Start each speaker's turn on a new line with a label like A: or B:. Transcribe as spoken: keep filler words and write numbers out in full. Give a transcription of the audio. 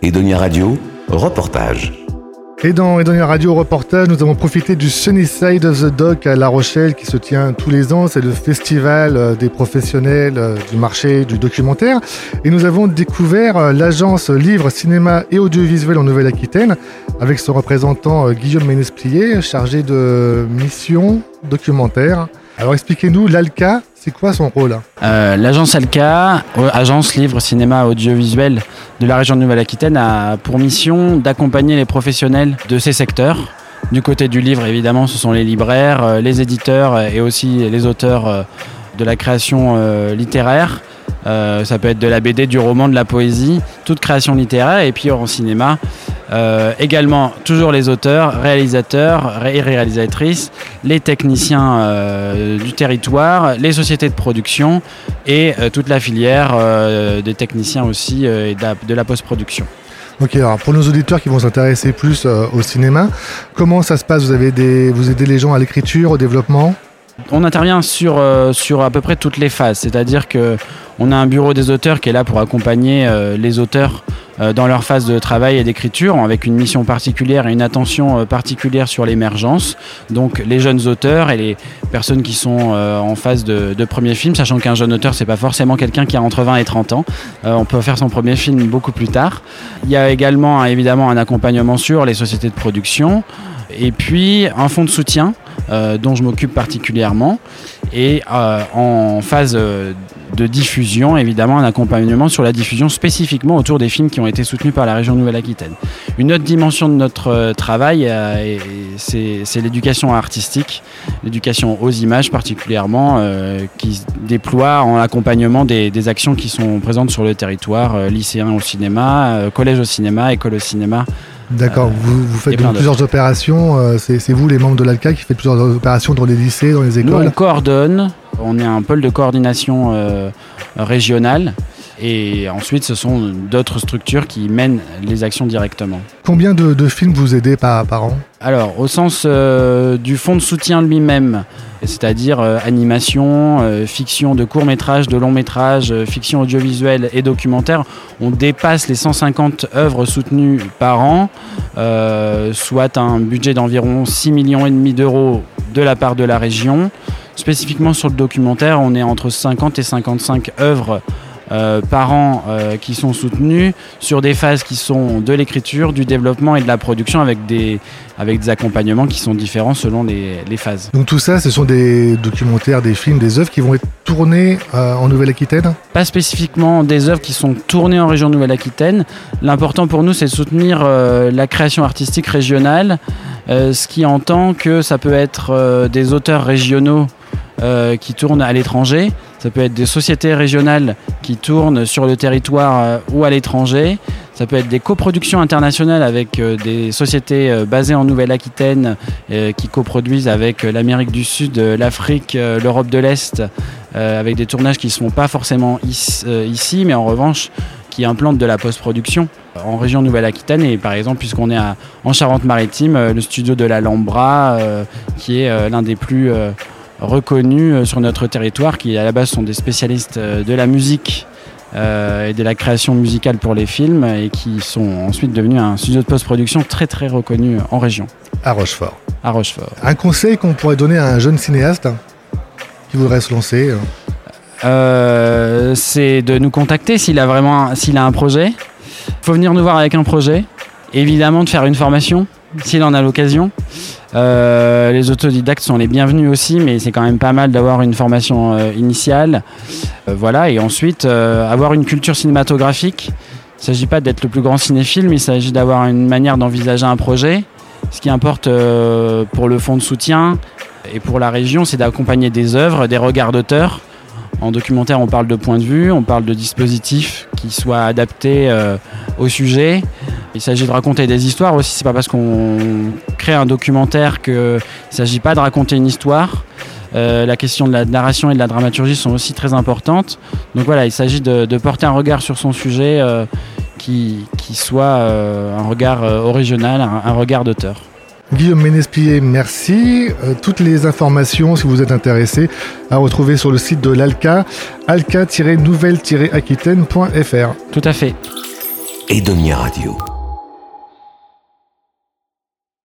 A: Edonia Radio, reportage.
B: Et dans Edonia Radio Reportage, nous avons profité du Sunny Side of the Dock à La Rochelle qui se tient tous les ans. C'est le festival des professionnels du marché du documentaire. Et nous avons découvert l'agence Livre, Cinéma et Audiovisuel en Nouvelle-Aquitaine avec son représentant Guillaume Ménesplier, chargé de mission documentaire. Alors expliquez-nous, l'A L C A, c'est quoi son rôle ?
C: euh, L'agence A L C A, agence Livre, Cinéma, Audiovisuel de la région de Nouvelle-Aquitaine, a pour mission d'accompagner les professionnels de ces secteurs. Du côté du livre, évidemment, ce sont les libraires, les éditeurs et aussi les auteurs de la création littéraire. Euh, ça peut être de la B D, du roman, de la poésie, toute création littéraire. Et puis en cinéma, euh, également toujours les auteurs, réalisateurs et réalisatrices, les techniciens euh, du territoire, les sociétés de production et euh, toute la filière euh, des techniciens aussi euh, et de la, de la post-production.
B: Ok, alors pour nos auditeurs qui vont s'intéresser plus euh, au cinéma, comment ça se passe ? Vous avez des, vous aidez les gens à l'écriture, au développement ?
C: On intervient sur, euh, sur à peu près toutes les phases, c'est-à-dire qu'on a un bureau des auteurs qui est là pour accompagner euh, les auteurs euh, dans leur phase de travail et d'écriture, avec une mission particulière et une attention euh, particulière sur l'émergence. Donc les jeunes auteurs et les personnes qui sont euh, en phase de, de premier film, sachant qu'un jeune auteur, c'est pas forcément quelqu'un qui a entre vingt et trente ans. Euh, on peut faire son premier film beaucoup plus tard. Il y a également évidemment un accompagnement sur les sociétés de production et puis un fonds de soutien Euh, dont je m'occupe particulièrement et euh, en phase euh, de diffusion, évidemment un accompagnement sur la diffusion spécifiquement autour des films qui ont été soutenus par la région Nouvelle-Aquitaine. Une autre dimension de notre euh, travail, euh, et, et c'est, c'est l'éducation artistique, l'éducation aux images particulièrement, euh, qui se déploie en accompagnement des, des actions qui sont présentes sur le territoire, euh, lycéens au cinéma, euh, collège au cinéma, école au cinéma.
B: D'accord, euh, vous, vous faites plusieurs opérations, euh, c'est, c'est vous les membres de l'A L C A qui faites plusieurs opérations dans les lycées, dans les écoles ?
C: Nous on coordonne, on est un pôle de coordination euh, régionale et ensuite ce sont d'autres structures qui mènent les actions directement.
B: Combien de, de films vous aidez par, par an ?
C: Alors au sens euh, du fonds de soutien lui-même, c'est-à-dire euh, animation, euh, fiction de court-métrage, de long-métrage, euh, fiction audiovisuelle et documentaire, on dépasse les cent cinquante œuvres soutenues par an, euh, soit un budget d'environ six virgule cinq millions d'euros de la part de la région. Spécifiquement sur le documentaire, on est entre cinquante et cinquante-cinq œuvres Euh, par an euh, qui sont soutenus sur des phases qui sont de l'écriture, du développement et de la production avec des, avec des accompagnements qui sont différents selon les, les phases.
B: Donc tout ça, ce sont des documentaires, des films, des œuvres qui vont être tournées euh, en Nouvelle-Aquitaine ?
C: Pas spécifiquement des œuvres qui sont tournées en région Nouvelle-Aquitaine. L'important pour nous, c'est de soutenir euh, la création artistique régionale, euh, ce qui entend que ça peut être euh, des auteurs régionaux euh, qui tournent à l'étranger. Ça peut être des sociétés régionales qui tournent sur le territoire euh, ou à l'étranger. Ça peut être des coproductions internationales avec euh, des sociétés euh, basées en Nouvelle-Aquitaine euh, qui coproduisent avec euh, l'Amérique du Sud, euh, l'Afrique, euh, l'Europe de l'Est, euh, avec des tournages qui ne se font pas forcément is- euh, ici, mais en revanche qui implantent de la post-production en région Nouvelle-Aquitaine. Et par exemple, puisqu'on est à, en Charente-Maritime, euh, le studio de l'Alhambra, euh, qui est euh, l'un des plus... Euh, reconnus sur notre territoire, qui à la base sont des spécialistes de la musique euh, et de la création musicale pour les films et qui sont ensuite devenus un studio de post-production très très reconnu en région.
B: À Rochefort.
C: À Rochefort.
B: Un conseil qu'on pourrait donner à un jeune cinéaste qui voudrait se lancer
C: euh, c'est de nous contacter s'il a vraiment s'il a un projet. Il faut venir nous voir avec un projet. Évidemment de faire une formation s'il en a l'occasion. Euh, les autodidactes sont les bienvenus aussi, mais c'est quand même pas mal d'avoir une formation euh, initiale. Euh, voilà, et ensuite euh, avoir une culture cinématographique. Il ne s'agit pas d'être le plus grand cinéphile, mais il s'agit d'avoir une manière d'envisager un projet. Ce qui importe euh, pour le fonds de soutien et pour la région, c'est d'accompagner des œuvres, des regards d'auteurs. En documentaire, on parle de point de vue, on parle de dispositifs qui soient adaptés euh, au sujet. Il s'agit de raconter des histoires aussi. C'est pas parce qu'on crée un documentaire qu'il ne s'agit pas de raconter une histoire. Euh, la question de la narration et de la dramaturgie sont aussi très importantes. Donc voilà, il s'agit de, de porter un regard sur son sujet euh, qui, qui soit euh, un regard euh, original, un, un regard d'auteur.
B: Guillaume Ménesplier, merci. Euh, toutes les informations, si vous êtes intéressé, à retrouver sur le site de l'A L C A, alca tiret nouvelle tiret aquitaine point f r.
C: Tout à fait.
A: Edonia Radio.